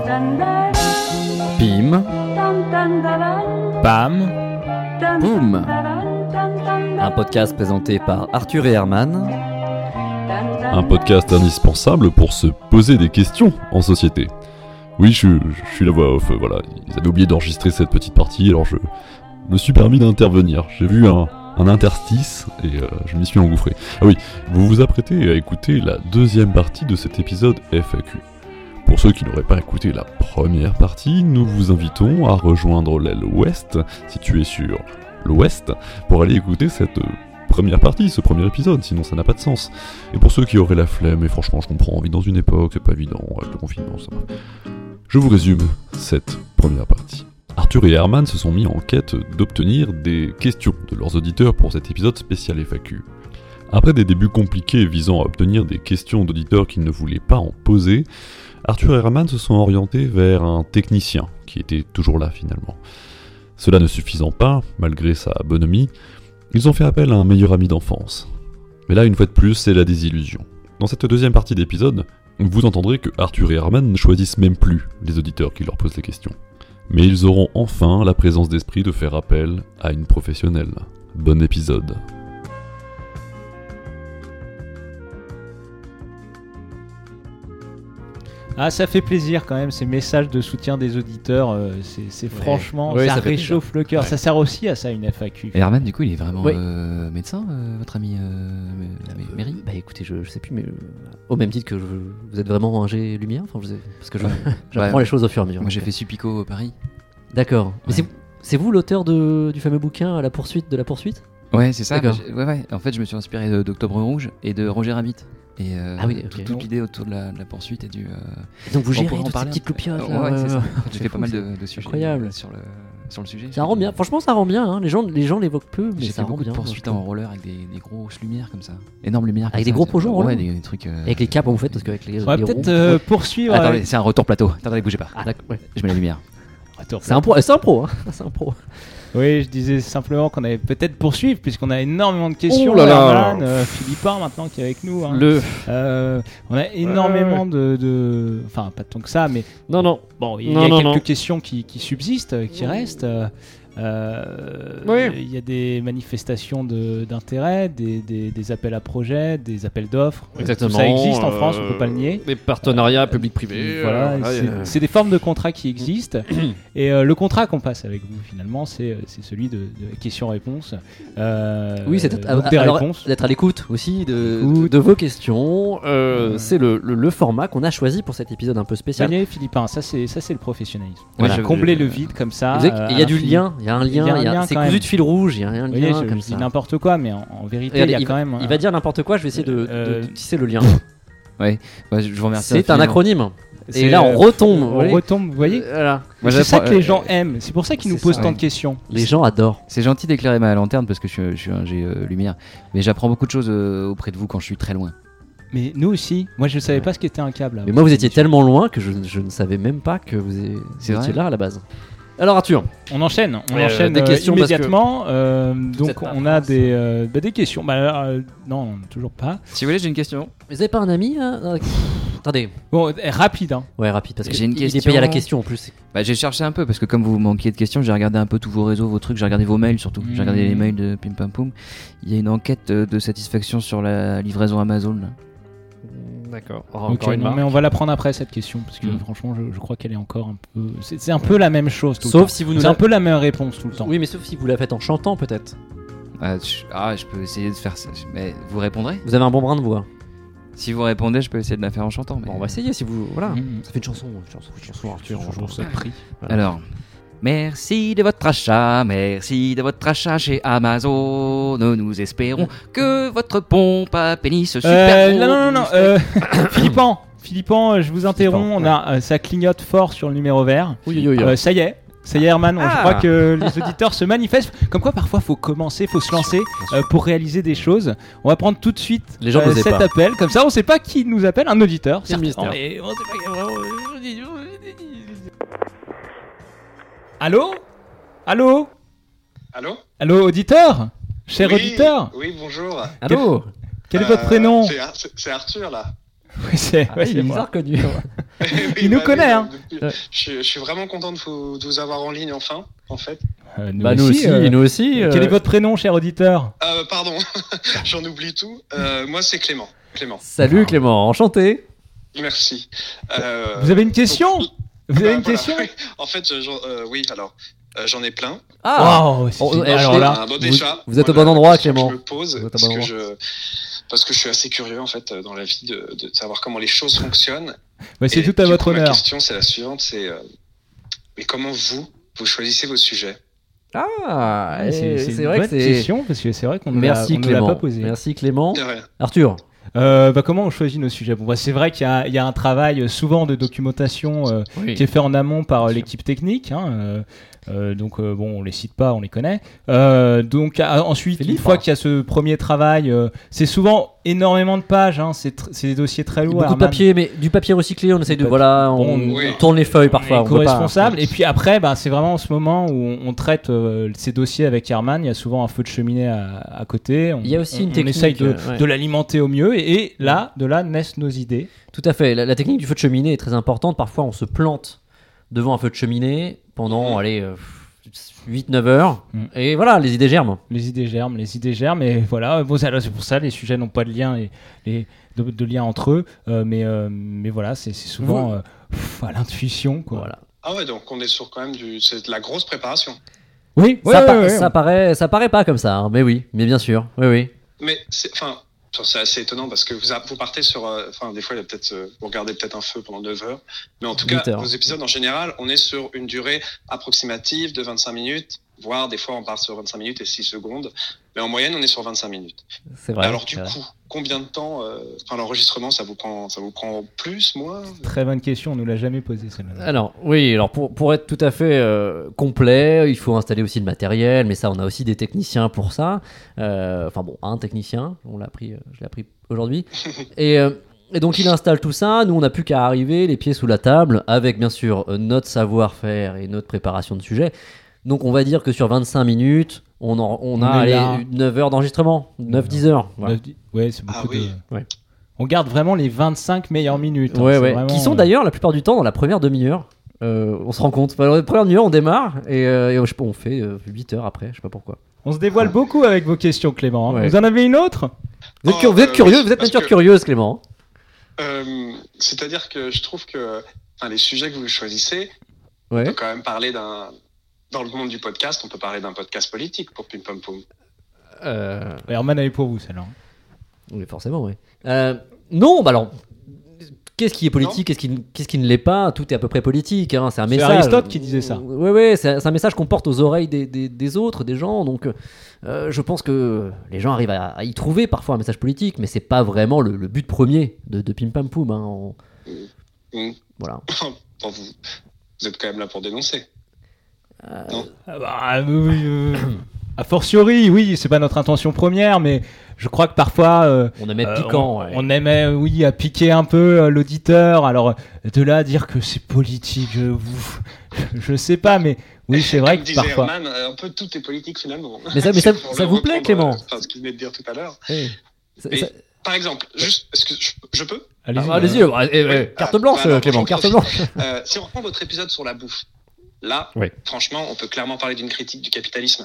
Pim. Pam. Boum. Un podcast présenté par Arthur et Herman. Un podcast indispensable pour se poser des questions en société. Oui, je suis la voix off, voilà. Ils avaient oublié d'enregistrer cette petite partie, alors je me suis permis d'intervenir. J'ai vu un interstice et je m'y suis engouffré. Ah oui, vous vous apprêtez à écouter la deuxième partie de cet épisode FAQ. Pour ceux qui n'auraient pas écouté la première partie, nous vous invitons à rejoindre l'aile ouest, située sur l'ouest, pour aller écouter cette première partie, ce premier épisode, sinon ça n'a pas de sens. Et pour ceux qui auraient la flemme, et franchement je comprends, on vit dans une époque, c'est pas évident, avec le confinement, ça va. Je vous résume cette première partie. Arthur et Herman se sont mis en quête d'obtenir des questions de leurs auditeurs pour cet épisode spécial FAQ. Après des débuts compliqués visant à obtenir des questions d'auditeurs qui ne voulaient pas en poser, Arthur et Herman se sont orientés vers un technicien, qui était toujours là finalement. Cela ne suffisant pas, malgré sa bonhomie, ils ont fait appel à un meilleur ami d'enfance. Mais là, une fois de plus, c'est la désillusion. Dans cette deuxième partie d'épisode, vous entendrez que Arthur et Herman ne choisissent même plus les auditeurs qui leur posent les questions. Mais ils auront enfin la présence d'esprit de faire appel à une professionnelle. Bon épisode. Ah, ça fait plaisir quand même, ces messages de soutien des auditeurs, c'est franchement, Ouais, ça ça fait réchauffe le cœur. Ouais. Ça sert aussi à ça, une FAQ. Et Herman, du coup, il est vraiment Oui. médecin, votre ami Mary? Bah écoutez, je sais plus, mais au même titre que vous êtes vraiment un G lumière, enfin, parce que j'apprends Ouais. les choses au fur et à mesure. Moi, j'ai fait Supico Paris. D'accord. Mais Ouais. c'est vous l'auteur du fameux bouquin à la poursuite de la poursuite? Ouais, c'est ça. D'accord. Ouais. En fait, je me suis inspiré d'Octobre Rouge et de Roger Rabbit. Et Ah oui, ok. toute l'idée autour de la poursuite et du. Donc vous on gérez pourrait en toutes ces parler petites un peu. loupiottes là. Ouais, c'est ça. C'est J'ai fait fou, pas mal c'est de sujets incroyable. sur le sujet. Ça rend bien. Franchement, ça rend bien. Hein. Les gens l'évoquent peu, mais J'ai ça fait rend beaucoup bien. de poursuites moi, je en roller avec des grosses lumières comme ça. Énormes lumières. Avec comme des ça, gros c'est- projets en roller Ouais, des trucs. trouve. Avec les capes, vous faites parce qu'avec les. On va les peut-être roues- poursuivre. Attendez, c'est un retour plateau. Attendez, bougez pas. Ah d'accord. Ouais. Je mets la lumière. C'est un pro. C'est un pro. Hein. C'est un pro. Oui, je disais simplement qu'on allait peut-être poursuivre, puisqu'on a énormément de questions. Oh là là. Herman, Philippin maintenant qui est avec nous. Hein. Le. On a énormément de. Enfin, pas tant que ça, mais Non. bon, il y Non, a non, quelques non. questions qui subsistent, qui restent. Oui. Il y a des manifestations d'intérêt, des appels à projets, des appels d'offres. Exactement. Tout ça existe en France, on peut pas le nier. Des partenariats public-privé. Voilà, c'est des formes de contrats qui existent. Et le contrat qu'on passe avec vous, finalement, c'est celui de questions-réponses. Oui, c'est donc des réponses. d'être à l'écoute aussi Écoute. de vos questions. C'est le format qu'on a choisi pour cet épisode un peu Vous spécial. voyez, Philippin, ça c'est le professionnalisme. Voilà. Voilà, combler le vide comme ça. Vous savez qu'il y a du lien, il y a un lien, c'est quand cousu même. de fil rouge, il y a un Vous voyez, lien je comme dis ça. n'importe quoi, mais en vérité, Regardez, il y a quand même. Il va dire n'importe quoi, je vais essayer de tisser le lien. Ouais, je vous remercie. C'est un infiniment. acronyme. C'est, Et là, on retombe. vous On voyez. retombe, vous voyez. Voilà. Moi, C'est ça j'apprends- que les gens aiment. C'est pour ça qu'ils nous c'est posent ça, tant ouais. de questions. Les gens adorent. C'est gentil d'éclairer ma lanterne parce que je suis un G lumière. Mais j'apprends beaucoup de choses auprès de vous quand je suis très loin. Mais nous aussi. Moi, je ne savais pas ce qu'était un câble. Mais moi, vous étiez tellement loin que je ne savais même pas que vous C'est étiez vrai là à la base. Alors, Arthur. On enchaîne des questions parce que- immédiatement. Donc êtes pas on a français. des questions. Non, toujours pas. Si vous voulez, j'ai une question. Vous avez pas un ami Attendez. Bon, rapide. Hein. Ouais, rapide, parce J'ai une qu'il est question. payé à la question en plus. Bah, j'ai cherché un peu parce que comme vous manquiez de questions, j'ai regardé un peu tous vos réseaux, vos trucs, j'ai regardé vos mails surtout. J'ai regardé les mails de Pim Pam Poum. Il y a une enquête de satisfaction sur la livraison Amazon. Là. D'accord. Ok, non, mais on va la prendre après cette question parce que Mm. franchement, je crois qu'elle est encore un peu. C'est un peu la même chose tout le Sauf temps. si vous nous C'est un la- peu la même réponse tout le temps. Oui, mais sauf si vous la faites en chantant peut-être. Je peux essayer de faire ça. Mais vous répondrez? Vous avez un bon brin de voix. Si vous répondez, je peux essayer de la faire en chantant. Mais... Bon, on va essayer si vous. Voilà. Mm. Ça fait une chanson Arthur. Toujours ça pris. Voilà. Alors, merci de votre achat chez Amazon. Nous espérons que votre pompe à pénis super. Non. Philippin, je vous interromps. On a, ça clignote fort sur le numéro vert. Oui. Ça y est, Herman. Je Ah. crois que les auditeurs se manifestent. Comme quoi, parfois, faut commencer, faut se lancer pour réaliser des choses. On va prendre tout de suite Les gens n'osaient cet pas. appel. Comme ça, on sait pas qui nous appelle. Un auditeur. C'est le certainement, mystère. et on sait pas qui- Allô Allô, auditeur Cher Oui, auditeur Oui, bonjour. Allô. Quel est votre prénom C'est Arthur là. Oui, c'est Il est moi. bizarre connu. Il nous connaît, hein. Je suis vraiment content de vous avoir en ligne enfin, en fait. Nous aussi. Quel est votre prénom, cher auditeur? Pardon, j'en oublie tout. Moi, c'est Clément. Salut Clément, enchanté. Merci. Vous avez une question? Vous avez une voilà. question? En fait, oui, alors, j'en ai plein. Wow, alors là, vous êtes au bon endroit, Clément. Je me pose parce que je suis assez curieux en fait dans la vie de savoir comment les choses fonctionnent. C'est tout à votre honneur. Ma question, c'est la suivante, mais comment vous choisissez vos sujets? C'est vrai que c'est une question parce que c'est vrai qu'on ne l'a pas posé. Merci Clément. De rien. Arthur. Comment on choisit nos sujets? C'est vrai qu'il y a un travail souvent de documentation qui est fait en amont par l'équipe technique. Donc on les cite pas, on les connaît. Ensuite, une fois qu'il y a ce premier travail, c'est souvent énormément de pages. C'est des dossiers très lourds. Beaucoup de papier, mais du papier recyclé. On essaye on tourne les feuilles parfois. Co-responsable. Et puis après, c'est vraiment en ce moment où on traite ces dossiers avec Herman. Il y a souvent un feu de cheminée à côté. Il y a aussi une technique. On essaye de l'alimenter au mieux. Et là, de là naissent nos idées. Tout à fait. La technique du feu de cheminée est très importante. Parfois, on se plante devant un feu de cheminée pendant 8-9 heures. Et voilà, les idées germent. Les idées germent. Et voilà, c'est pour ça, les sujets n'ont pas de lien, de lien entre eux. Mais voilà, c'est souvent à l'intuition, quoi. Voilà. Ah ouais, donc on est sur quand même c'est de la grosse préparation. Oui, ça paraît pas comme ça, mais oui, mais bien sûr, oui. Mais c'est assez étonnant parce que vous partez sur... des fois, vous regardez peut-être un feu pendant 9 heures. Mais en tout cas, vos épisodes, en général, on est sur une durée approximative de 25 minutes. Voire, des fois, on part sur 25 minutes et 6 secondes. Mais en moyenne, on est sur 25 minutes. C'est vrai. Alors, du coup, combien de temps... l'enregistrement, ça vous prend plus, moins? Très bonne question, on ne nous l'a jamais posée, celle-là. Alors, pour être tout à fait complet, il faut installer aussi le matériel, mais ça, on a aussi des techniciens pour ça. Un technicien, je l'ai appris aujourd'hui. Et donc, il installe tout ça. Nous, on n'a plus qu'à arriver, les pieds sous la table, avec, bien sûr, notre savoir-faire et notre préparation de sujet. Donc, on va dire que sur 25 minutes... On a 9 heures d'enregistrement, 9-10 heures. Voilà. C'est beaucoup de... Ouais. On garde vraiment les 25 meilleures minutes. Vraiment... Qui sont d'ailleurs la plupart du temps dans la première demi-heure. On se rend compte. La première demi-heure, on démarre et on fait 8 heures après, je sais pas pourquoi. On se dévoile beaucoup avec vos questions, Clément. Vous en avez une autre? Vous êtes curieux, vous êtes nature curieuse, Clément. C'est-à-dire que je trouve que les sujets que vous choisissez, on peut quand même parler dans le monde du podcast, on peut parler d'un podcast politique pour Pim Pam Poum. Herman avait pour vous, celle-là. Oui, forcément, oui. Non, alors, qu'est-ce qui est politique, qu'est-ce qui ne l'est pas? Tout est à peu près politique. C'est un message. C'est Aristote qui disait ça. Oui, c'est un message qu'on porte aux oreilles des autres, des gens. Donc, je pense que les gens arrivent à y trouver parfois un message politique, mais c'est pas vraiment le but premier de Pim Pam Poum. Voilà. Vous êtes quand même là pour dénoncer. Non. A fortiori, oui, c'est pas notre intention première, mais je crois que parfois on aimait piquant. On aimait, à piquer un peu l'auditeur. Alors de là à dire que c'est politique, je sais pas, mais oui, c'est vrai que parfois. Herman, un peu tout est politique finalement. Mais ça vous plaît, Clément? Ce qu'il venait de dire tout à l'heure. Par exemple, juste, est-ce que je peux? Allez-y, carte blanche, Clément, carte blanche. Si on reprend votre épisode sur la bouffe. Là, franchement, on peut clairement parler d'une critique du capitalisme.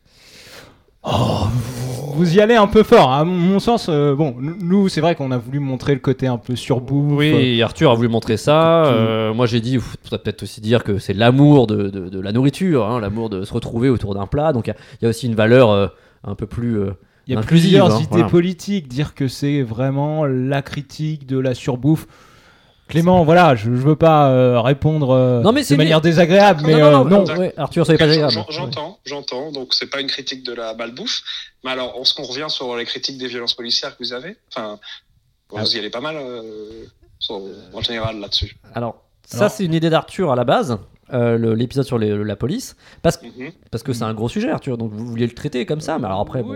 Vous y allez un peu fort. À mon sens, nous, c'est vrai qu'on a voulu montrer le côté un peu surbouffe. Oui, Arthur a voulu montrer ça. Moi, j'ai dit, il faudrait peut-être aussi dire que c'est l'amour de la nourriture, l'amour de se retrouver autour d'un plat. Donc, il y a aussi une valeur un peu plus... il y a plusieurs idées politiques. Dire que c'est vraiment la critique de la surbouffe. Clément, voilà, je veux pas répondre de manière désagréable, mais non. Arthur, soyez pas désagréable. J'entends. Donc c'est pas une critique de la malbouffe, mais alors est-ce qu'on revient sur les critiques des violences policières que vous avez? Vous y allez pas mal en général là-dessus. Alors c'est une idée d'Arthur à la base. L'épisode sur la police parce que c'est un gros sujet, Arthur, donc vous vouliez le traiter comme ça, mais alors après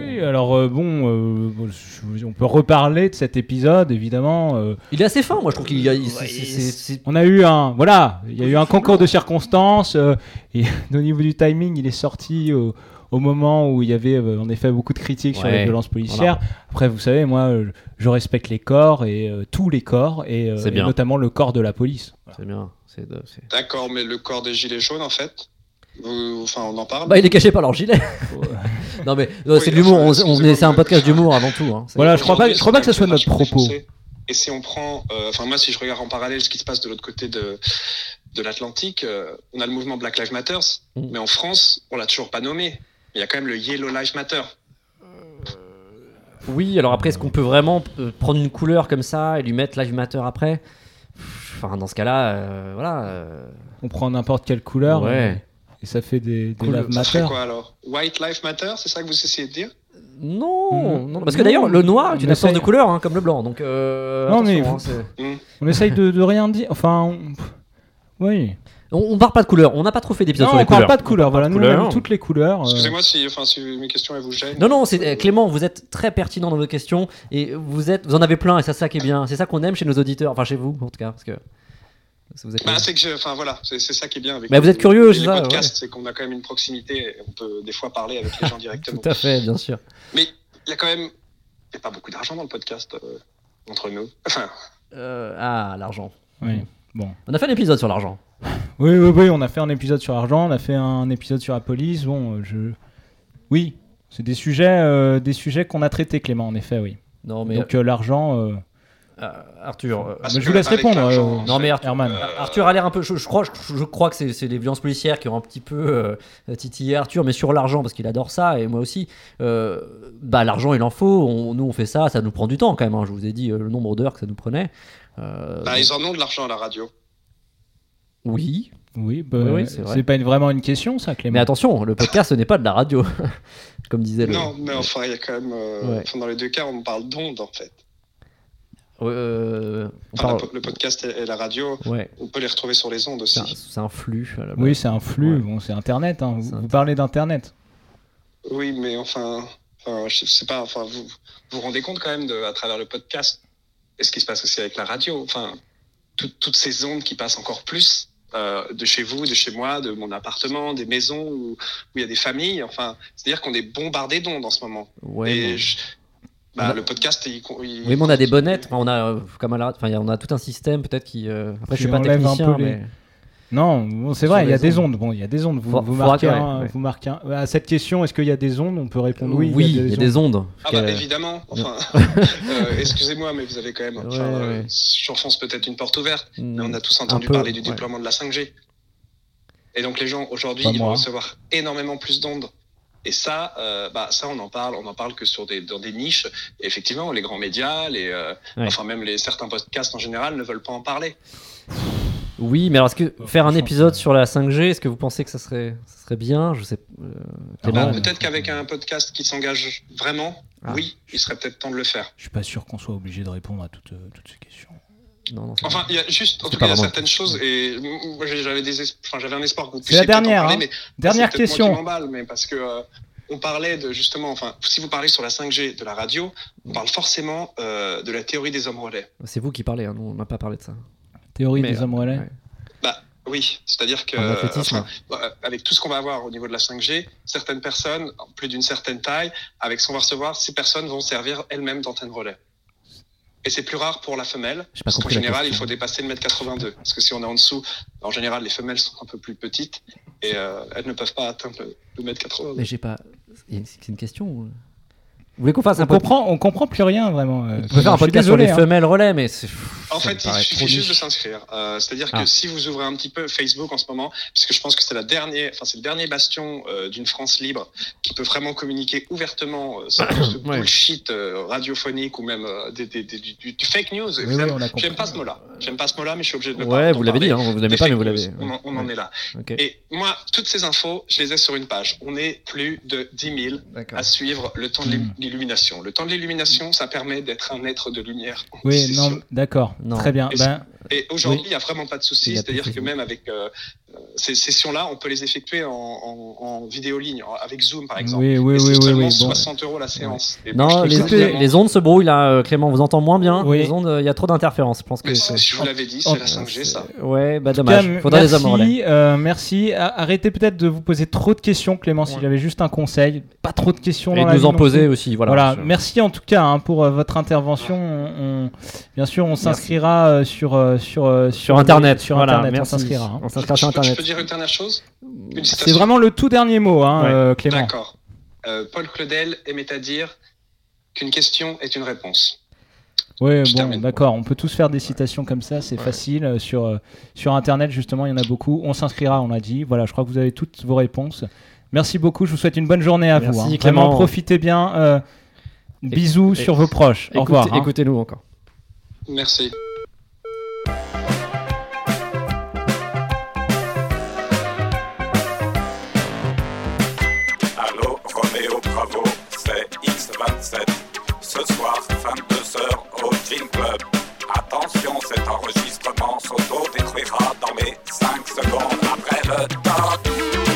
on peut reparler de cet épisode évidemment. Il est assez fin, moi je trouve qu'il y a on a eu il y a eu un concours de circonstances et au niveau du timing il est sorti au moment où il y avait en effet beaucoup de critiques sur les violences policières. Voilà. Après, vous savez, moi, je respecte les corps et tous les corps et notamment le corps de la police. Voilà. C'est bien. D'accord, mais le corps des gilets jaunes, en fait, enfin, on en parle. Il est caché par leur gilet. Non, mais c'est de l'humour. C'est un podcast d'humour avant tout. Hein. Voilà, je crois pas que ça soit notre propos. Et si on prend, moi, si je regarde en parallèle ce qui se passe de l'autre côté de l'Atlantique, on a le mouvement Black Lives Matter, mais en France, on l'a toujours pas nommé. Il y a quand même le Yellow Lives Matter. Oui, alors après, est-ce qu'on peut vraiment prendre une couleur comme ça et lui mettre Lives Matter après ? Enfin, dans ce cas-là, voilà. On prend n'importe quelle couleur. Ouais. Et ça fait des Lives Matter. Ça fait quoi alors ? White Lives Matter, c'est ça que vous essayez de dire ? Non, parce que d'ailleurs le noir est une absence de couleur, hein, comme le blanc. Donc non, mais on essaye de rien dire. Enfin, oui. On parle pas de couleur. On n'a pas trop fait d'épisodes sur les couleurs. On parle pas de couleurs. Voilà, nous on aime toutes les couleurs. Excusez-moi si mes questions elles vous gênent. Non, c'est Clément. Vous êtes très pertinent dans vos questions et vous en avez plein et c'est ça qui est bien. C'est ça qu'on aime chez nos auditeurs. Enfin, chez vous en tout cas, parce que. C'est que voilà, c'est ça qui est bien avec vous êtes curieux, les podcasts, c'est qu'on a quand même une proximité et on peut des fois parler avec les gens directement. Tout à fait, bien sûr. Mais il y a quand même pas beaucoup d'argent dans le podcast entre nous. Enfin. L'argent. Oui. Bon. On a fait un épisode sur l'argent. Oui, on a fait un épisode sur l'argent, on a fait un épisode sur la police. Bon, oui, c'est des sujets qu'on a traités, Clément, en effet, oui. Non, mais donc l'argent. Arthur, je vous laisse répondre. Non mais Arthur a l'air un peu. Je crois que c'est les violences policières qui ont un petit peu titillé Arthur, mais sur l'argent parce qu'il adore ça et moi aussi. L'argent il en faut. Nous on fait ça, ça nous prend du temps quand même. Hein. Je vous ai dit le nombre d'heures que ça nous prenait. Ils en ont de l'argent à la radio. Oui. Oui, c'est pas vraiment une question ça, Clément. Mais attention, le podcast ce n'est pas de la radio, comme disait. Non, mais enfin il y a quand même. Dans les deux cas, on parle d'ondes en fait. Le podcast et la radio, on peut les retrouver sur les ondes aussi. C'est un flux. Oui, c'est un flux. Ouais. Bon, c'est Internet. Hein. Vous parlez d'Internet. Oui, mais je sais pas. Enfin, vous vous rendez compte quand même à travers le podcast et ce qui se passe aussi avec la radio. Enfin, toutes ces ondes qui passent encore plus de chez vous, de chez moi, de mon appartement, des maisons où il y a des familles. Enfin, c'est-à-dire qu'on est bombardé d'ondes en ce moment. Ouais. Le podcast, oui, mais on a des bonnettes. On a tout un système peut-être qui. Après, je suis pas technicien, mais. Non, c'est vrai, il y a des ondes. Bon, il y a des ondes. Vous marquez à cette question, est-ce qu'il y a des ondes ? On peut répondre oui. Oui, il y a des ondes. Évidemment. Enfin, excusez-moi, mais vous avez quand même. J'enfonce peut-être une porte ouverte, mais on a tous entendu parler du déploiement de la 5G. Et donc les gens aujourd'hui, ils vont recevoir énormément plus d'ondes. Et ça, on en parle que dans des niches. Et effectivement, les grands médias, même certains podcasts en général ne veulent pas en parler. Oui, mais alors est-ce que faire un épisode sur la 5G, est-ce que vous pensez que ça serait bien ? Je sais. Peut-être qu'avec un podcast qui s'engage vraiment, oui, il serait peut-être temps de le faire. Je suis pas sûr qu'on soit obligé de répondre à toutes ces questions. Non, enfin, il y a juste, en tout cas, il y a certaines choses, et moi j'avais un espoir que vous puissiez. C'est la dernière, en parler, mais dernière question. Moi qui m'emballe, mais parce que on parlait de justement, enfin, si vous parlez sur la 5G de la radio, on parle forcément de la théorie des hommes relais. C'est vous qui parlez, hein, nous on n'a pas parlé de ça. Théorie des hommes relais. Ouais. Oui, c'est-à-dire que avec tout ce qu'on va avoir au niveau de la 5G, certaines personnes, plus d'une certaine taille, avec ce qu'on va recevoir, ces personnes vont servir elles-mêmes d'antenne relais. Et c'est plus rare pour la femelle, parce qu'en général, il faut dépasser le 1m82. Parce que si on est en dessous, en général, les femelles sont un peu plus petites et elles ne peuvent pas atteindre le 1m82. Mais j'ai pas... C'est une question Vous voulez qu'on fasse on comprend plus rien vraiment. On peut faire un podcast sur les femelles relais, mais en fait, il suffit juste de s'inscrire. C'est-à-dire que si vous ouvrez un petit peu Facebook en ce moment, puisque je pense que c'est le dernier bastion d'une France libre qui peut vraiment communiquer ouvertement sans ce bullshit radiophonique ou même du fake news. J'aime pas ce mot-là, mais je suis obligé de le parler. Ouais, vous l'avez dit, hein, vous l'aimez pas, mais vous l'avez. On en est là. Okay. Et moi, toutes ces infos, je les ai sur une page. On est plus de 10 000 à suivre le temps de l'illumination. Le temps de l'illumination, ça permet d'être un être de lumière. Oui, non, d'accord. Très bien. Et aujourd'hui, il n'y a vraiment pas de souci. C'est-à-dire que même avec ces sessions-là, on peut les effectuer en vidéo ligne, avec Zoom par exemple. Oui. C'est seulement 60 € la séance. Ouais. Non, les ondes se brouillent là, Clément, vous entend moins bien. Oui. Les ondes, il y a trop d'interférences. Je pense que je vous l'avais dit, c'est la 5G ça. Ouais, dommage. Faudra les amorler. Merci. Arrêtez peut-être de vous poser trop de questions, Clément. Si j'avais juste un conseil, pas trop de questions. Et de nous en poser aussi. Voilà. Merci en tout cas pour votre intervention. Bien sûr, on s'inscrira sur Internet. Sur Internet, on s'inscrira. On s'inscrira sur Internet. Je peux dire une dernière chose ? C'est vraiment le tout dernier mot, Clément. D'accord. Paul Claudel aimait à dire qu'une question est une réponse. Oui, d'accord. On peut tous faire des citations comme ça, c'est facile. Sur Internet, justement, il y en a beaucoup. On s'inscrira, on l'a dit. Voilà, je crois que vous avez toutes vos réponses. Merci beaucoup. Je vous souhaite une bonne journée à vous. Merci, Clément. Vraiment, profitez bien. Bisous sur vos proches. Au revoir. Écoutez-nous encore. Merci. Allô, Roméo, bravo, c'est X27. Ce soir, 22h au Gym Club. Attention, cet enregistrement s'auto-détruira dans les 5 secondes après le top.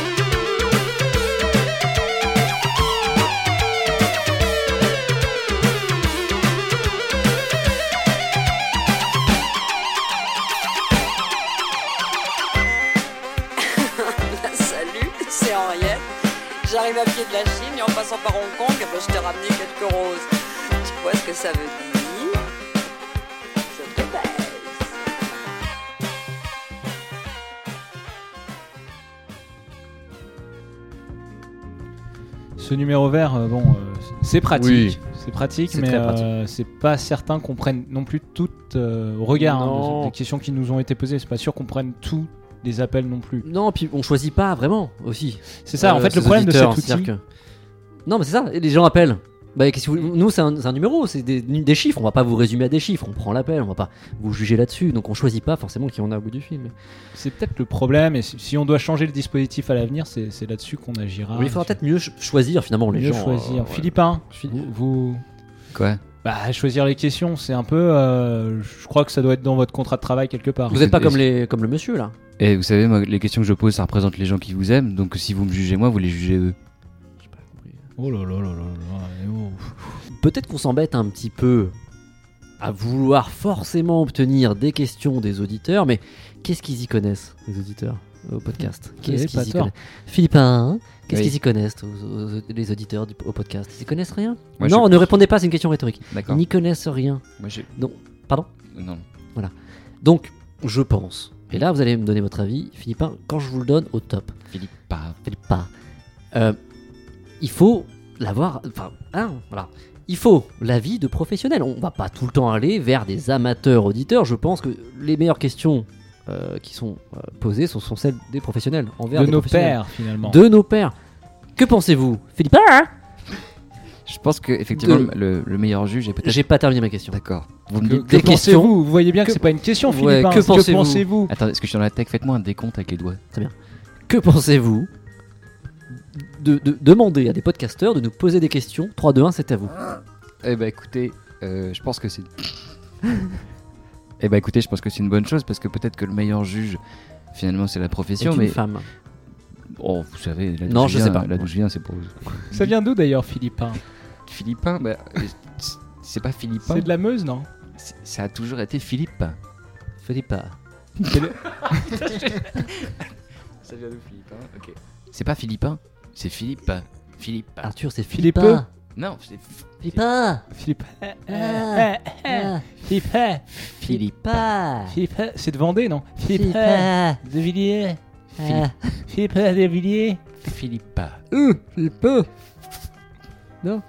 J'arrive à pied de la Chine et en passant par Hong Kong, je t'ai ramené quelques roses. Tu vois ce que ça veut dire ? Je te baise. Ce numéro vert, c'est pratique. Oui. C'est pratique, c'est mais pratique. C'est pas certain qu'on prenne non plus toutes au regard des questions qui nous ont été posées. C'est pas sûr qu'on prenne tout des appels non plus. Non, puis on choisit pas vraiment aussi. C'est ça, en fait, le problème de cet outil. Non, mais c'est ça, les gens appellent. Qu'est-ce que nous, c'est un numéro, c'est des chiffres. On va pas vous résumer à des chiffres, on prend l'appel, on va pas vous juger là-dessus. Donc on choisit pas forcément qui on a au bout du film. C'est peut-être le problème, et si on doit changer le dispositif à l'avenir, c'est là-dessus qu'on agira. Oui, il faudra peut-être mieux choisir finalement les gens. Choisir. Philippin, vous. Quoi ? Choisir les questions, c'est un peu. Je crois que ça doit être dans votre contrat de travail quelque part. Vous n'êtes pas comme le monsieur là. Et vous savez, moi, les questions que je pose, ça représente les gens qui vous aiment. Donc si vous me jugez moi, vous les jugez eux. J'ai pas compris. Oh là là là là là. Peut-être qu'on s'embête un petit peu à vouloir forcément obtenir des questions des auditeurs, mais qu'est-ce qu'ils y connaissent, les auditeurs, au podcast ? Qu'est-ce qu'ils y connaissent ? Philippin, qu'est-ce qu'ils y connaissent, les auditeurs au podcast ? Ils y connaissent rien ? Non, ne répondez pas, c'est une question rhétorique. D'accord. Ils n'y connaissent rien. Donc, pardon ? Non. Voilà. Donc, je pense, et là vous allez me donner votre avis, Philippin, quand je vous le donne au top. Philippa. Il faut l'avoir. Voilà. Il faut l'avis de professionnels. On va pas tout le temps aller vers des amateurs auditeurs. Je pense que les meilleures questions qui sont posées sont celles des professionnels envers de des nos professionnels. pairs finalement. De nos pairs. Que pensez-vous, Philippin ? Je pense que effectivement le meilleur juge est peut-être. J'ai pas terminé ma question. D'accord. Vous me dites des questions. Vous voyez bien que c'est pas une question, Philippin. Que pensez-vous ? Attendez, est-ce que je suis dans la tech ? Faites-moi un décompte avec les doigts. Très bien. Que pensez-vous de demander à des podcasteurs de nous poser des questions ? 3, 2, 1, c'est à vous. Écoutez, je pense que c'est. Je pense que c'est une bonne chose parce que peut-être que le meilleur juge, finalement, c'est la profession. C'est une femme. Oh, vous savez, je sais pas. Là d'où je viens, c'est pour. Ça vient d'où d'ailleurs, Philippin ? Philippin, c'est pas Philippin. C'est de la Meuse, non ? Ça a toujours été Philippe. Philippa. Ça vient d'où, Philippin ? Ok. C'est pas Philippin, c'est Philippe. Philippe. Arthur, c'est Philippe. Non, c'est Philippa. Philippa. C'est de Vendée, non ? Philippa de Villiers. Philippa de Villiers. Philippa. Philippa. Non.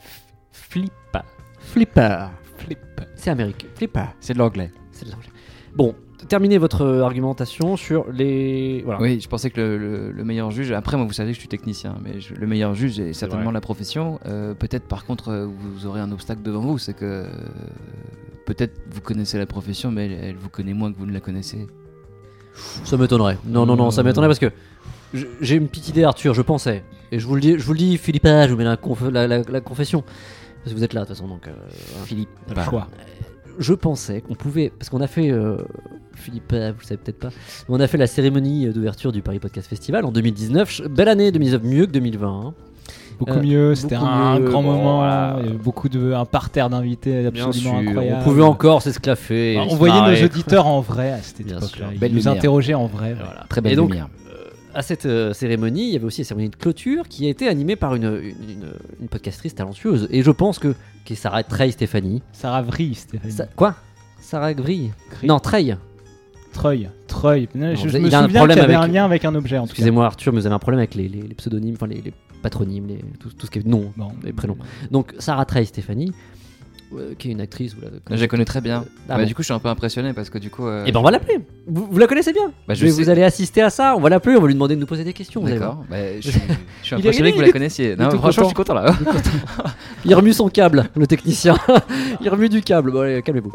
Flipper. C'est américain. Flipper. C'est de l'anglais. Bon, terminez votre argumentation sur les. Voilà. Oui, je pensais que le meilleur juge. Après, moi, vous savez que je suis technicien, mais le meilleur juge est certainement la profession. Peut-être, par contre, vous aurez un obstacle devant vous, c'est que peut-être vous connaissez la profession, mais elle vous connaît moins que vous ne la connaissez. Ça m'étonnerait. Non, ça m'étonnerait parce que j'ai une petite idée, Arthur. Je pensais, et je vous le dis, Philippa, je vous mets la confession parce que vous êtes là de toute façon, donc. Philippe. Pas le choix. je pensais qu'on pouvait, parce qu'on a fait, Philippe, vous le savez peut-être pas, mais on a fait la cérémonie d'ouverture du Paris Podcast Festival en 2019. Belle année 2019, mieux que 2020. Hein. Beaucoup mieux, c'était un grand moment. Voilà. Il y avait un parterre d'invités absolument incroyable. On pouvait encore s'esclaffer. On voyait nos auditeurs en vrai à cette époque-là. Ils nous interrogeaient en vrai. Voilà. Très belle lumière. À cette cérémonie, il y avait aussi la cérémonie de clôture qui a été animée par une podcastrice talentueuse. Et je pense que Sarah Trey Stéphanie. Sarah Vrille Stéphanie. Sarah Vrille. Non, Trey. Treuil. Je me souviens qu'il y avait un lien avec un objet. Excusez-moi Arthur, mais vous avez un problème avec les pseudonymes, enfin les patronymes, tout ce qui est nom, les prénoms. Donc Sarah Trey Stéphanie, qui est une actrice. Je la connais très bien. Du coup, je suis un peu impressionné parce que du coup. Et on va l'appeler. Vous la connaissez bien. Vous allez assister à ça. On va l'appeler. On va lui demander de nous poser des questions. D'accord. Je suis impressionné que vous la connaissiez. Non, franchement, je suis content là. Il remue son câble, le technicien. Il remue du câble. Bon, allez, calmez-vous.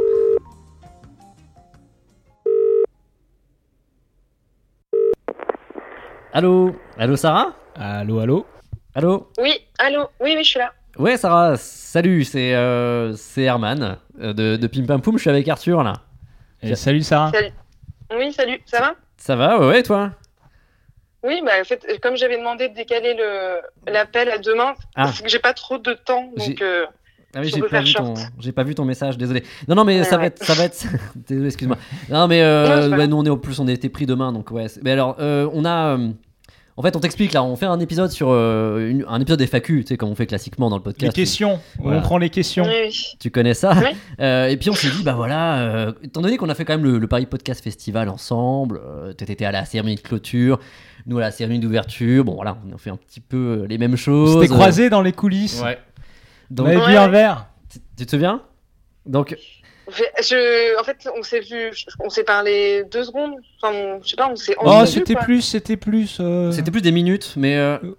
Allô Sarah. Allô. Oui, allô. Oui, je suis là. Ouais, Sarah, salut, c'est Herman de Pim Pam Poum, je suis avec Arthur là. Et salut Sarah. Salut. Oui, salut, ça va ? Ça va, ouais, toi ? Oui, en fait, comme j'avais demandé de décaler l'appel à demain, parce que j'ai pas trop de temps, donc j'ai pas vu ton message, désolé. Non, mais ça va être désolé, excuse-moi. Non, mais nous on a été pris demain, donc ouais. Mais alors, on a. En fait, on t'explique là, on fait un épisode sur un épisode FAQ, tu sais, comme on fait classiquement dans le podcast. Les questions, voilà. On prend les questions. Oui. Tu connais ça ? Oui. Et puis on s'est dit, étant donné qu'on a fait quand même le Paris Podcast Festival ensemble, t'étais à la cérémonie de clôture, nous à la cérémonie d'ouverture, bon voilà, on a fait un petit peu les mêmes choses. On s'était croisés dans les coulisses. Ouais. Donc, on avait bu un verre. Tu te souviens ? Donc. En fait, on s'est parlé 2 secondes. Enfin, je sais pas, on s'est entendu. C'était plus. C'était plus des minutes, mais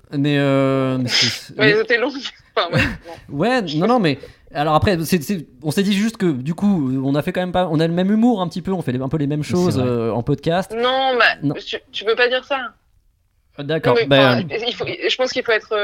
c'était long. Enfin, ouais, non, mais alors après, on s'est dit juste que du coup, on a fait quand même on a le même humour un petit peu, on fait un peu les mêmes choses en podcast. Non, tu peux pas dire ça. D'accord. Je pense qu'il faut être,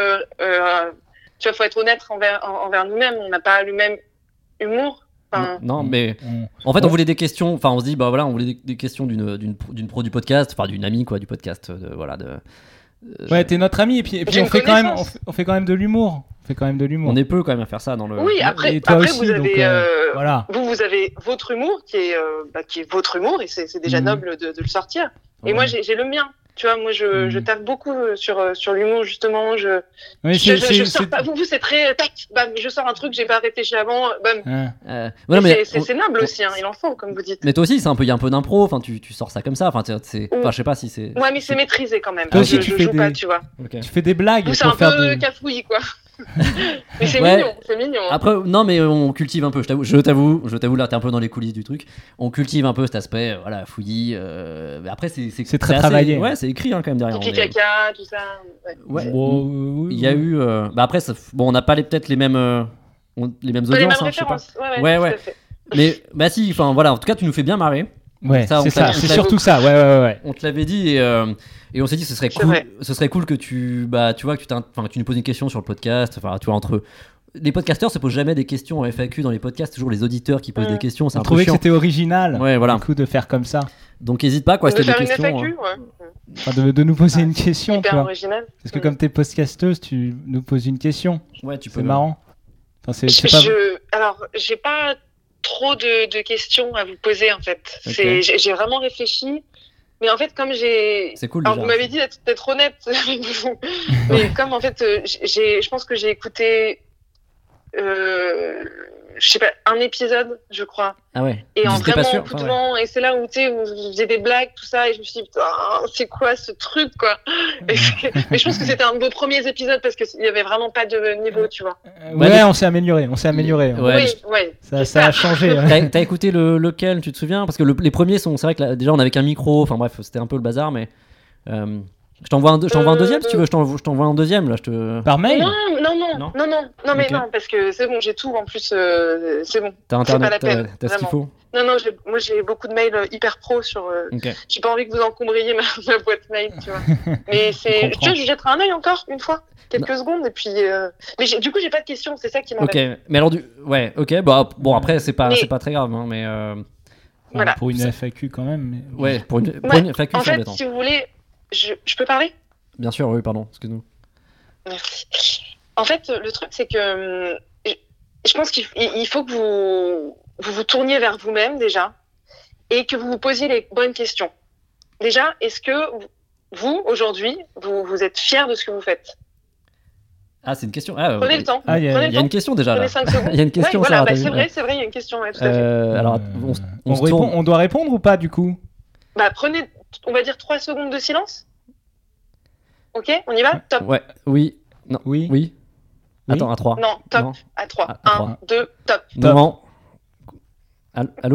faut être honnête envers nous-mêmes. On n'a pas le même humour. Non, mais en fait, on voulait des questions. Enfin, on se dit, on voulait des questions d'une pro du podcast, enfin d'une amie quoi, du podcast, Ouais, t'es notre ami et puis on fait quand même de l'humour. On est peu quand même à faire ça dans le. Oui, après aussi, vous avez, voilà. Vous avez votre humour qui est votre humour et c'est déjà noble de le sortir. Et moi, j'ai le mien. Tu vois, moi, je tape beaucoup sur l'humour, justement. Je sors pas. Vous, c'est très tac, bam, je sors un truc, j'ai pas réfléchi avant, bam. C'est noble aussi, il en faut, comme vous dites. Mais toi aussi, il y a un peu d'impro. Enfin, tu sors ça comme ça. Enfin, je sais pas si c'est. Ouais, mais c'est maîtrisé quand même. Toi aussi, tu joue pas, tu vois. Okay. Tu fais des blagues. C'est un peu cafouillis, quoi. Mais c'est mignon. Après, non, mais on cultive un peu. Je t'avoue, là, t'es un peu dans les coulisses du truc. On cultive un peu cet aspect, fouillis. Mais après, c'est très travaillé. Ouais, c'est écrit quand même derrière. Pipi caca, tout ça. Ouais. Il y a eu. Après, on n'a pas peut-être les mêmes audiences. Les mêmes références. Ouais. Mais si. Enfin voilà. En tout cas, tu nous fais bien marrer. Ouais, c'est surtout ça. Ouais. On te l'avait dit et on s'est dit ce serait cool que tu vois que tu nous poses une question sur le podcast. Enfin, tu vois, entre les podcasteurs se posent jamais des questions en FAQ dans les podcasts, toujours les auditeurs qui posent des questions. C'est un peu chiant. On trouvait que c'était original. Ouais, voilà. Du coup, de faire comme ça. Donc, n'hésite pas quoi. De faire une FAQ, Enfin, de nous poser une question. Hyper quoi. Original. Parce que comme t'es podcasteuse, tu nous poses une question. Ouais, tu peux. C'est marrant. Enfin, Alors, j'ai pas trop de questions à vous poser en fait. Okay. J'ai vraiment réfléchi, mais en fait comme c'est cool. Alors déjà. Vous m'avez dit d'être honnête avec vous, mais comme en fait je pense que j'ai écouté, je sais pas, un épisode, je crois. Ah ouais. Et en vraiment coup de vent, et c'est là où vous faisiez des blagues, tout ça, et je me suis dit putain, c'est quoi ce truc quoi. Mais je pense que c'était un de vos premiers épisodes parce qu'il y avait vraiment pas de niveau, tu vois. Ouais, on s'est amélioré. Ouais. Ça a changé. T'as écouté lequel, tu te souviens ? Parce que les premiers sont, c'est vrai que déjà on avait qu'un micro, enfin bref, c'était un peu le bazar, mais. Je t'envoie un deuxième si tu veux. Je t'envoie un deuxième là. Par mail. Non, mais non, parce que c'est bon, j'ai tout en plus. C'est bon. T'as internet, t'as ce qu'il faut. Non, moi j'ai beaucoup de mails hyper pro sur. J'ai pas envie que vous encombriez ma boîte mail, tu vois. Mais c'est. Tu vois, je jetterai un œil encore une fois, quelques secondes, et puis. Mais du coup, j'ai pas de questions, c'est ça qui m'embête. Ok, mais alors ouais, ok, bah bon après c'est pas très grave, hein, mais. Voilà. Pour une FAQ quand même. Mais... Ouais, pour une FAQ. En fait, si vous voulez, je peux parler ? Bien sûr, oui, pardon, excuse-nous. Merci. En fait, le truc, c'est que je pense qu'il faut que vous tourniez vers vous-même déjà et que vous vous posiez les bonnes questions. Déjà, est-ce que vous, aujourd'hui, vous êtes fiers de ce que vous faites ? Ah, c'est une question. Prenez le temps. Il y a une question déjà. Prenez 5 secondes. Il y a une question. Ouais, voilà, c'est vrai, il y a une question. Ouais, tout à fait. Alors, on doit répondre ou pas du coup ? Bah, prenez, on va dire 3 secondes de silence. Ok, on y va ? Top. Ouais, oui, non, oui. Attends, à 3. Non, top. Non. À 3. 1, 2, top. Moment. Allô ?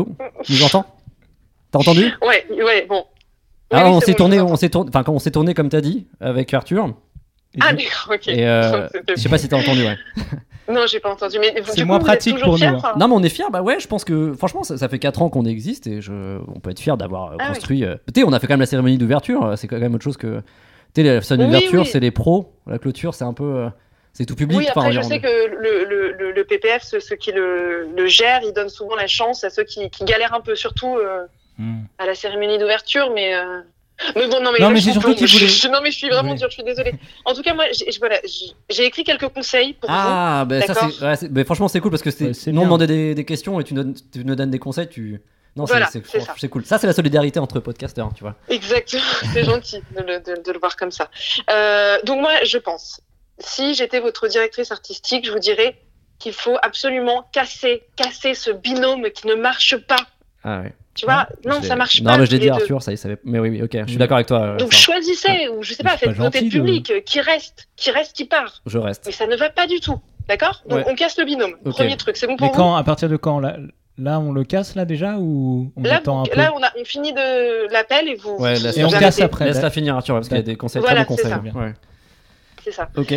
Tu nous entends ? T'as entendu ? Ouais, bon. Ah, on s'est tourné, enfin, quand on s'est tourné comme t'as dit, avec Arthur. Ah, d'accord, ok. Et je sais pas si t'as entendu, ouais. Non, j'ai pas entendu, mais c'est moins pratique pour nous. Non, mais on est fiers, bah ouais, je pense que franchement, ça fait 4 ans qu'on existe et on peut être fiers d'avoir construit. Oui. Tu sais, on a fait quand même la cérémonie d'ouverture, c'est quand même autre chose que. Tu sais, la cérémonie d'ouverture, c'est les pros, la clôture, c'est un peu. C'est tout public. Oui, après, je sais que le PPF, ceux qui le gèrent, ils donnent souvent la chance à ceux qui galèrent un peu, surtout à la cérémonie d'ouverture, mais bon, non, mais c'est surtout qu'ils voulaient. Non, mais je suis vraiment dure, je suis désolée. En tout cas, moi, j'ai écrit quelques conseils pour vous. Ah, bah ça, mais franchement, c'est cool parce que nous, on demandait des questions et tu nous donnes des conseils. Non, voilà, c'est cool. Ça, c'est la solidarité entre podcasteurs, tu vois. Exactement, c'est gentil de le voir comme ça. Donc, moi, je pense. Si j'étais votre directrice artistique, je vous dirais qu'il faut absolument casser ce binôme qui ne marche pas. Ah ouais. Tu vois, ça marche pas. Non, mais je l'ai dit à Arthur, ça il savait. Mais oui, ok, je suis d'accord avec toi. Donc choisissez, ou je sais pas, faites voter le public, qui reste, qui part. Je reste. Mais ça ne va pas du tout, d'accord ? Donc on casse le binôme. Premier truc, c'est bon pour vous ? Mais à partir de quand là, on le casse là déjà ou on attend un peu ? Là, on finit de l'appel et vous. Ouais, et on casse après. Laisse-la finir, Arthur, parce qu'il y a des conseils. Voilà, très bons conseils. C'est ça. Ok.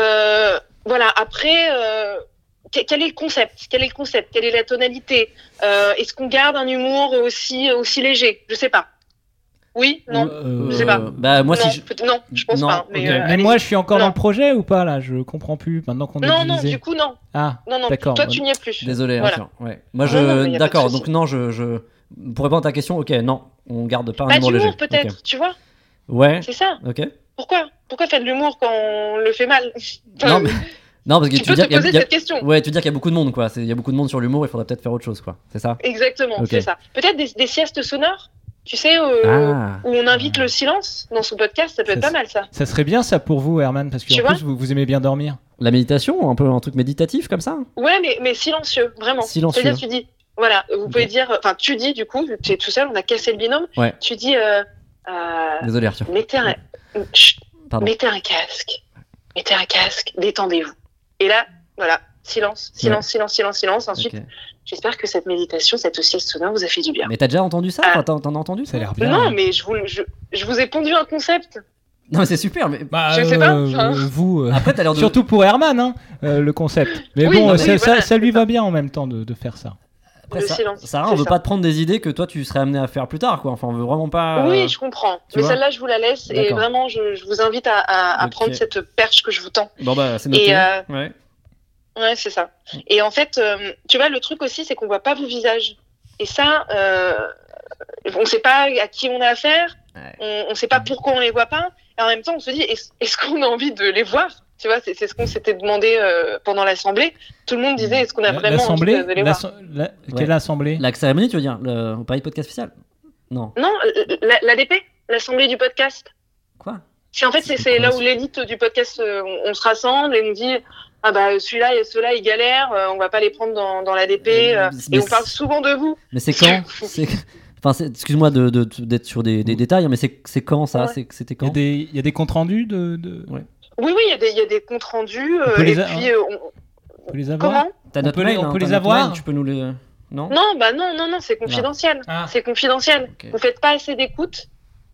Voilà. Après. Quel est le concept ? Quelle est la tonalité ? Est-ce qu'on garde un humour aussi léger ? Je sais pas. Oui ? Non ? Je sais pas. Bah moi non, je pense pas. Mais moi je suis encore dans le projet ou pas là ? Je comprends plus maintenant qu'on est divisé. Non, du coup non. Ah. Non. D'accord. Toi tu n'y es plus. Désolé. Voilà. Ouais. Moi d'accord. Donc non, pour répondre à ta question, ok, non, on garde pas un humour léger. L'humour peut-être, tu vois ? Ouais. C'est ça. Ok. Pourquoi faire de l'humour quand on le fait mal ? Non, parce que tu peux te poser cette question. Ouais, tu veux dire qu'il y a beaucoup de monde, quoi. Il y a beaucoup de monde sur l'humour, il faudrait peut-être faire autre chose, quoi. C'est ça ? Exactement, c'est ça. Peut-être des siestes sonores, tu sais, où on invite le silence dans son podcast, ça peut être pas mal, ça. Ça serait bien, ça, pour vous, Herman, parce que en plus, vous aimez bien dormir. La méditation, un truc méditatif, comme ça ? Ouais, mais silencieux, vraiment. Silencieux. C'est-à-dire, tu dis, voilà, vous pouvez dire, enfin, tu dis, du coup, tu es tout seul, on a cassé le binôme, tu dis, désolé, Arthur. Mettez un casque, détendez-vous. Et là, voilà, silence. Ensuite, j'espère que cette méditation, cette sieste sonore vous a fait du bien. Mais t'as déjà entendu ça ? T'en as entendu ? Ça a l'air bien. Non, mais je vous ai pondu un concept. Non, mais c'est super. Mais je sais pas. Vous, après, t'as l'air de... surtout pour Herman, le concept. Mais bon, ça lui va bien en même temps de faire ça. Après, Sarah, on veut pas te prendre des idées que toi tu serais amené à faire plus tard, quoi. Enfin, on veut vraiment pas. Oui, je comprends. Mais celle-là, je vous la laisse. D'accord. Et vraiment, je vous invite à prendre cette perche que je vous tends. Bon, bah, c'est noté. Ouais, c'est ça. Et en fait, tu vois, le truc aussi, c'est qu'on voit pas vos visages. Et ça, on sait pas à qui on a affaire. On sait pas pourquoi on les voit pas. Et en même temps, on se dit, est-ce qu'on a envie de les voir ? Tu vois, c'est ce qu'on s'était demandé pendant l'assemblée. Tout le monde disait, est-ce qu'on a vraiment envie de les voir ? Quelle assemblée ? La cérémonie, tu veux dire au Paris Podcast Spécial ? Non. Non, l'ADP, l'assemblée du podcast. Quoi ? En fait, c'est là où l'élite du podcast, on se rassemble et on dit, ah bah celui-là et ceux-là, ils galèrent, on va pas les prendre dans l'ADP. Et on parle souvent de vous. Mais c'est quand ? Enfin, excuse-moi d'être sur des détails, mais c'est quand ça ? C'était quand ? Il y a des comptes rendus de... Ouais. Oui, il y a des comptes rendus. On peut les avoir. Comment ? On peut les avoir. Tu peux nous les... Non, non, c'est confidentiel. C'est confidentiel. Okay. Vous faites pas assez d'écoute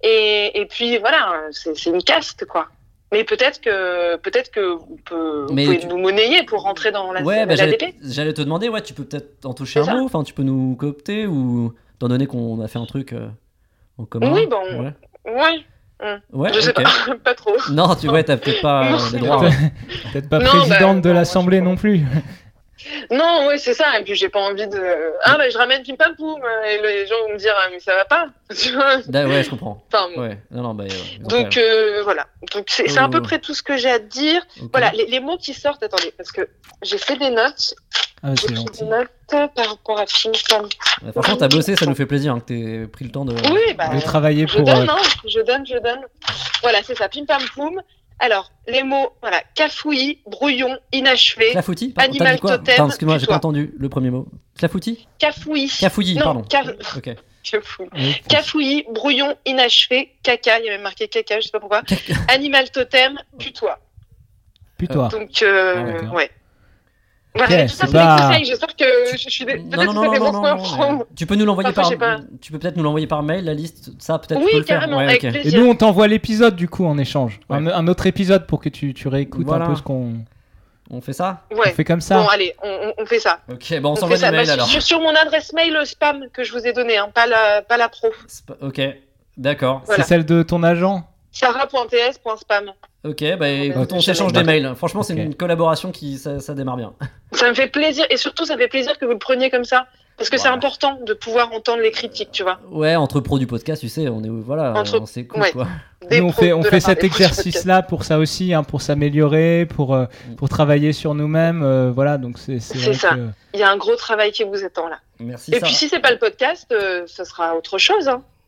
Et puis voilà, c'est une caste, quoi. Mais peut-être que vous pouvez nous monnayer pour rentrer dans la DP. J'allais te demander, tu peux peut-être en toucher un mot, enfin tu peux nous coopter ou étant donné qu'on a fait un truc en commun. Oui, bon, ouais. Je sais pas trop. Non, t'as peut-être pas les droits. Peut-être pas présidente de l'Assemblée non plus. Non, oui, c'est ça. Et puis j'ai pas envie de. Je ramène Pim Pam Poum et les gens vont me dire mais ça va pas. Tu vois ouais, je comprends. Enfin, ouais. Non, donc voilà. Donc c'est à peu près tout ce que j'ai à te dire. Okay. Voilà, les mots qui sortent. Attendez, parce que j'ai fait des notes. C'est gentil. Des notes par rapport à Pim Pam. Franchement, t'as bossé, ça nous fait plaisir que t'aies pris le temps de. Oui, de travailler pour. Je donne. Voilà, c'est ça. Pim Pam Poum. Alors, les mots, voilà, cafouillis, brouillon, inachevé, clafoutis, animal totem. Excuse-moi, j'ai pas entendu le premier mot. Clafoutis ? Cafouillis, pardon. Ok. Cafouillis, brouillon, inachevé, caca, il y avait marqué caca, je sais pas pourquoi. Animal totem, putois. Putois. Donc, ouais. Voilà, tout ça, c'est des conseils. J'espère que je suis non. Tu peux nous l'envoyer Tu peux peut-être nous l'envoyer par mail, la liste. Ça, peut-être. Oui, tu peux le carrément. faire. Avec plaisir. Et nous, on t'envoie l'épisode du coup en échange. Ouais. Un autre épisode pour que tu réécoutes un peu ce qu'on. On fait ça ? Ouais. On fait comme ça. Bon, allez, on fait ça. Ok, bon, on s'envoie des mails alors. Sur mon adresse mail spam que je vous ai donnée, pas la pro. Ok, d'accord. Voilà. C'est celle de ton agent ? Sarah.ts.spam. Ok, écoute, on s'échange des mails. Franchement, c'est une collaboration qui ça démarre bien. Ça me fait plaisir, et surtout, ça me fait plaisir que vous le preniez comme ça, parce que c'est important de pouvoir entendre les critiques, tu vois. Ouais, entre pros du podcast, tu sais, on c'est cool, quoi. Nous, on fait cet exercice-là pour ça aussi, pour s'améliorer, pour travailler sur nous-mêmes, voilà, donc c'est ça. Il y a un gros travail qui vous attend là. Merci. Et puis si c'est pas le podcast, ça sera autre chose.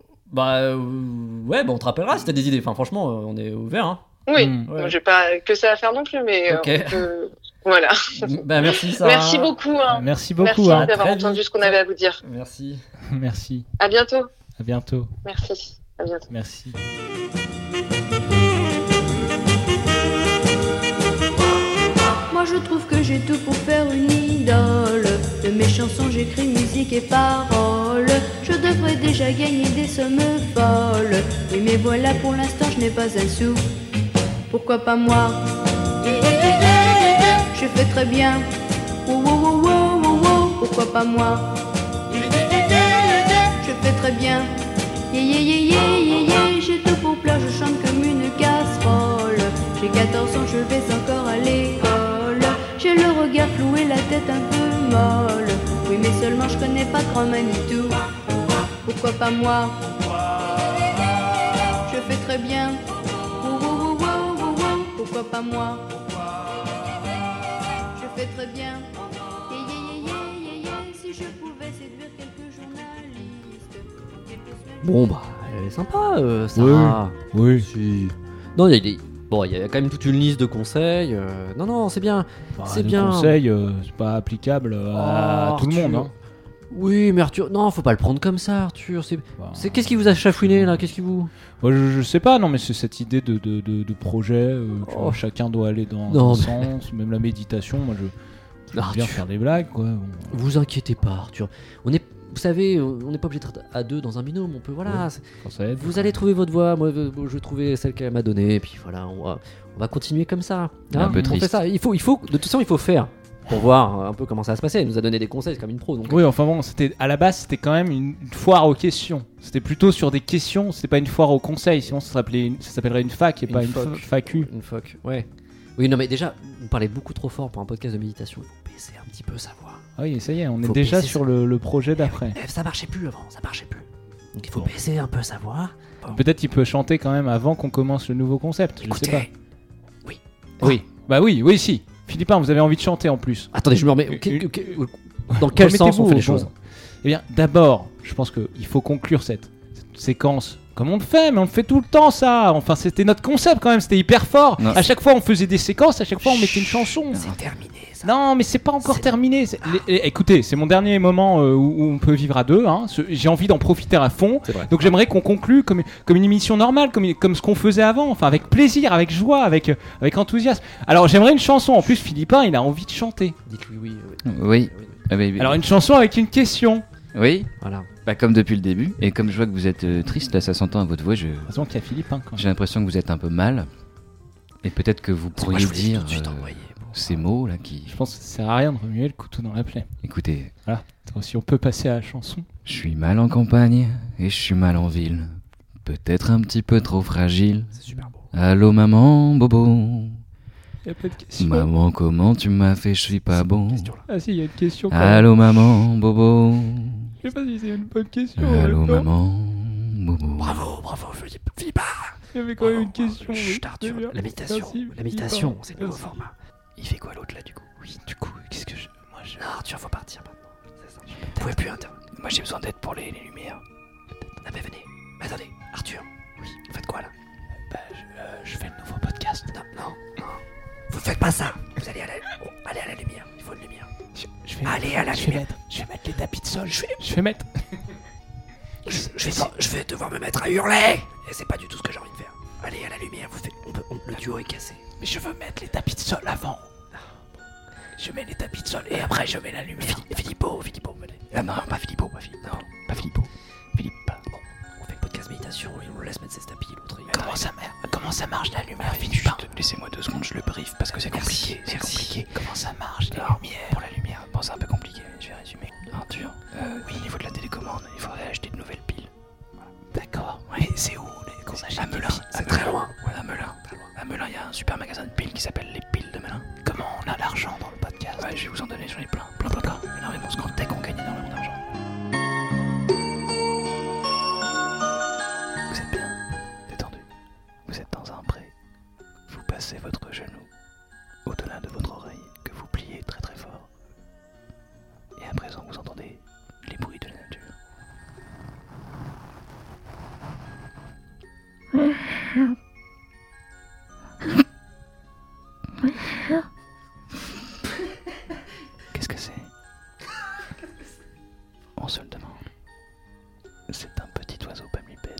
On te rappellera si t'as des idées. Enfin, franchement, on est ouvert. Oui, j'ai pas que ça à faire non plus, mais voilà. Merci Sarah. Merci beaucoup. Merci beaucoup. Merci d'avoir entendu ce qu'on avait à vous dire. Merci. Merci. À bientôt. À bientôt. Merci. À bientôt. Merci. Moi je trouve que j'ai tout pour faire une idole. De mes chansons j'écris musique et paroles. Je devrais déjà gagner des sommes folles. Oui mais voilà, pour l'instant je n'ai pas un sou. Pourquoi pas moi? Je fais très bien. Pourquoi pas moi? Je fais très bien. J'ai tout pour plaire, je chante comme une casserole. J'ai 14 ans, je vais encore à l'école. J'ai le regard flou et la tête un peu molle. Oui mais seulement je connais pas grand Manitou. Pourquoi pas moi? Je fais très bien. Pourquoi pas moi? Je fais très bien. Si je pouvais séduire quelques journalistes. Bon elle est sympa, Sarah. Oui. Si. Non, il y a quand même toute une liste de conseils. Non, c'est bien. C'est bien. Conseils, c'est pas applicable à tout le monde. Oui, mais Arthur, non, faut pas le prendre comme ça, Arthur. Qu'est-ce qui vous a chafouiné là? Qu'est-ce qui vous... je sais pas, non, mais c'est cette idée de projet. Chacun doit aller dans un sens, même la méditation. Moi, je bien faire des blagues, quoi. Vous inquiétez pas, Arthur. Vous savez, on n'est pas obligé d'être à deux dans un binôme. On peut, voilà. Ouais, vous allez trouver votre voie. Moi, je vais trouver celle qu'elle m'a donnée. Et puis voilà, on va continuer comme ça. Un peu triste. On fait ça. De toute façon, il faut faire. Pour voir un peu comment ça va se passer. Elle nous a donné des conseils, c'est comme une pro. Donc... Oui, enfin bon, à la base, c'était quand même une foire aux questions. C'était plutôt sur des questions, c'était pas une foire aux conseils. Sinon, ça s'appellerait une fac et pas une facu. Une fac, ouais. Oui, non, mais déjà, vous parlez beaucoup trop fort pour un podcast de méditation. Il faut baisser un petit peu sa voix. Ah oui, ça y est, on est déjà sur le projet d'après. Ça marchait plus avant, Donc il faut baisser un peu sa voix. Peut-être qu'il peut chanter quand même avant qu'on commence le nouveau concept. Écoutez, je sais pas. Oui. Bah oui, si. Philippin, vous avez envie de chanter en plus. Attendez, je me remets. Dans quel sens on fait les choses? Eh bien, d'abord, je pense qu'il faut conclure cette séquence comme on le fait, mais on le fait tout le temps, ça. Enfin, c'était notre concept quand même, c'était hyper fort. Non. À chaque fois, on faisait des séquences, à chaque fois, on mettait une chanson. C'est terminé, ça. Non, mais c'est pas encore terminé. Écoutez, c'est mon dernier moment où on peut vivre à deux. J'ai envie d'en profiter à fond. Donc, j'aimerais qu'on conclue comme une émission normale, comme ce qu'on faisait avant. Enfin, avec plaisir, avec joie, avec enthousiasme. Alors, j'aimerais une chanson. En plus, Philippin, il a envie de chanter. Dites-lui oui. Alors, une chanson avec une question. Oui. Voilà. Comme depuis le début. Et comme je vois que vous êtes triste, là, ça s'entend à votre voix. Heureusement qu'il y a Philippe. J'ai l'impression que vous êtes un peu mal. Et peut-être que vous pourriez dire ces mots là qui. Je pense que ça sert à rien de remuer le couteau dans la plaie. Écoutez. Voilà. Si on peut passer à la chanson. Je suis mal en campagne et je suis mal en ville. Peut-être un petit peu trop fragile. C'est super beau. Allô maman, bobo. Y a pas de question. Maman, comment tu m'as fait, je suis pas bon. Ah si, il y a une question. Allô maman, bobo. Je sais pas si c'est une bonne question. Allô maman, bobo. Bravo, Philippe. Il y avait quand même une question. Chut, Arthur, l'imitation, c'est le nouveau format. Il fait quoi l'autre là du coup? Oui, du coup, qu'est-ce que je... Moi, Non, Arthur, faut partir maintenant. C'est ça. Vous pouvez plus intervenir. Moi j'ai besoin d'aide pour les lumières. Ah mais venez. Mais attendez, Arthur. Oui, vous faites quoi là? Je fais le nouveau podcast. Non. Vous faites pas ça. Vous allez allez à la lumière. Il faut une lumière. Allez à la lumière. Je vais mettre les tapis de sol. Je vais mettre... Je vais devoir me mettre à hurler. Et c'est pas du tout ce que j'ai envie de faire. Allez à la lumière. Le duo est cassé. Mais je veux mettre les tapis de sol avant. Je mets les tapis de sol et après je mets la lumière. Filippo, venez. Ah non, pas Filippo. Non, pas Filippo. Philippe. Bon, on fait le podcast méditation et on le laisse mettre ses tapis. L'autre. Comment ça marche la lumière, Philippe? Juste laissez-moi 2 secondes, je le brief parce que c'est compliqué. C'est compliqué. Comment ça marche la lumière? Pour la lumière, bon, c'est un peu compliqué, je vais résumer. Arthur, oui, au niveau de la télécommande, il faudrait acheter de nouvelles piles. Voilà. D'accord. Ouais, c'est où qu'on achète à Melun. C'est très loin. Voilà, à Melun. À Melun, il y a un super magasin de piles qui s'appelle les piles de Melun. Comment on a l'argent dans le podcast? Ouais, je vais vous en donner, j'en ai plein. Énormément, parce qu'en tech, on gagne énormément d'argent. Vous êtes bien détendu. Vous êtes dans un pré. Vous passez votre genou au-delà de votre oreille que vous pliez très très fort. Et à présent, vous entendez les bruits de la nature. Qu'est-ce que c'est? On se le demande. C'est un petit oiseau palmipède.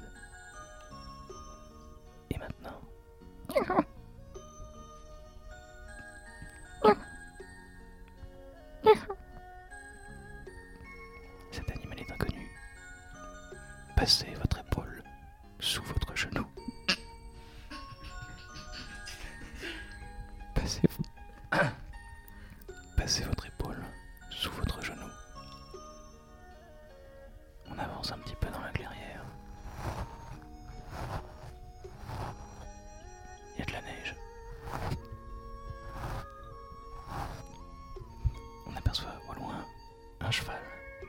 Et maintenant... Cet animal est inconnu. Passez votre épaule sous votre genou. Passez votre épaule sous votre genou. On avance un petit peu dans la clairière. Il y a de la neige. On aperçoit au loin un cheval.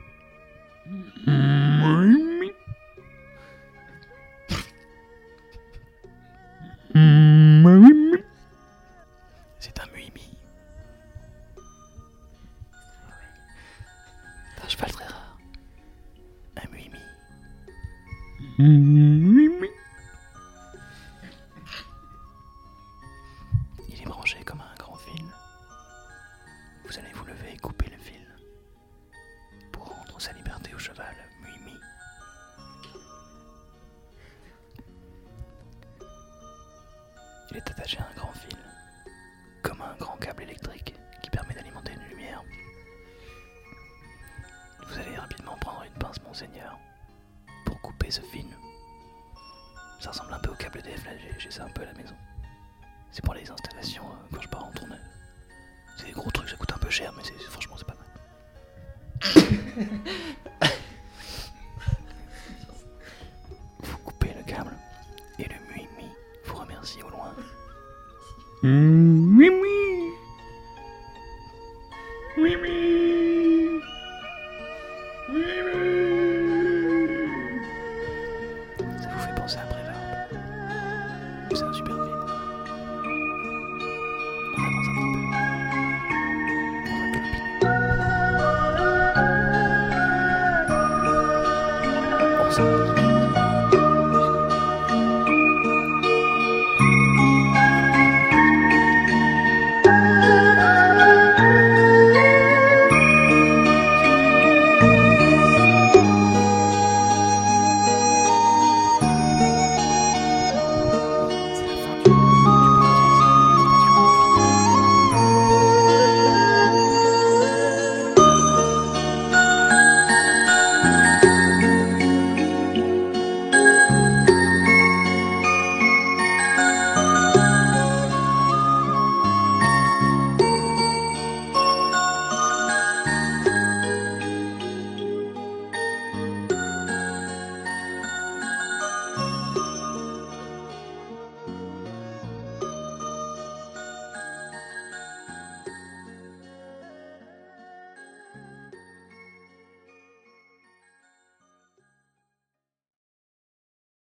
C'est un muimi. C'est un cheval très rare. Un muimi. Il est branché comme un grand fil. Vous allez vous lever et couper le fil pour rendre sa liberté au cheval muimi. Il est attaché à un grand fil, comme un grand câble électrique qui permet d'alimenter une lumière. Vous allez rapidement prendre une pince, monseigneur, pour couper ce fil. Ça ressemble un peu au câble EDF, là, j'ai ça un peu à la maison. C'est pour les installations quand je pars en tournée. C'est des gros trucs, ça coûte un peu cher, mais franchement c'est pas mal. Vous coupez le câble et le muimi vous remercie au loin. Ça vous fait penser à Prévarbe. C'est un super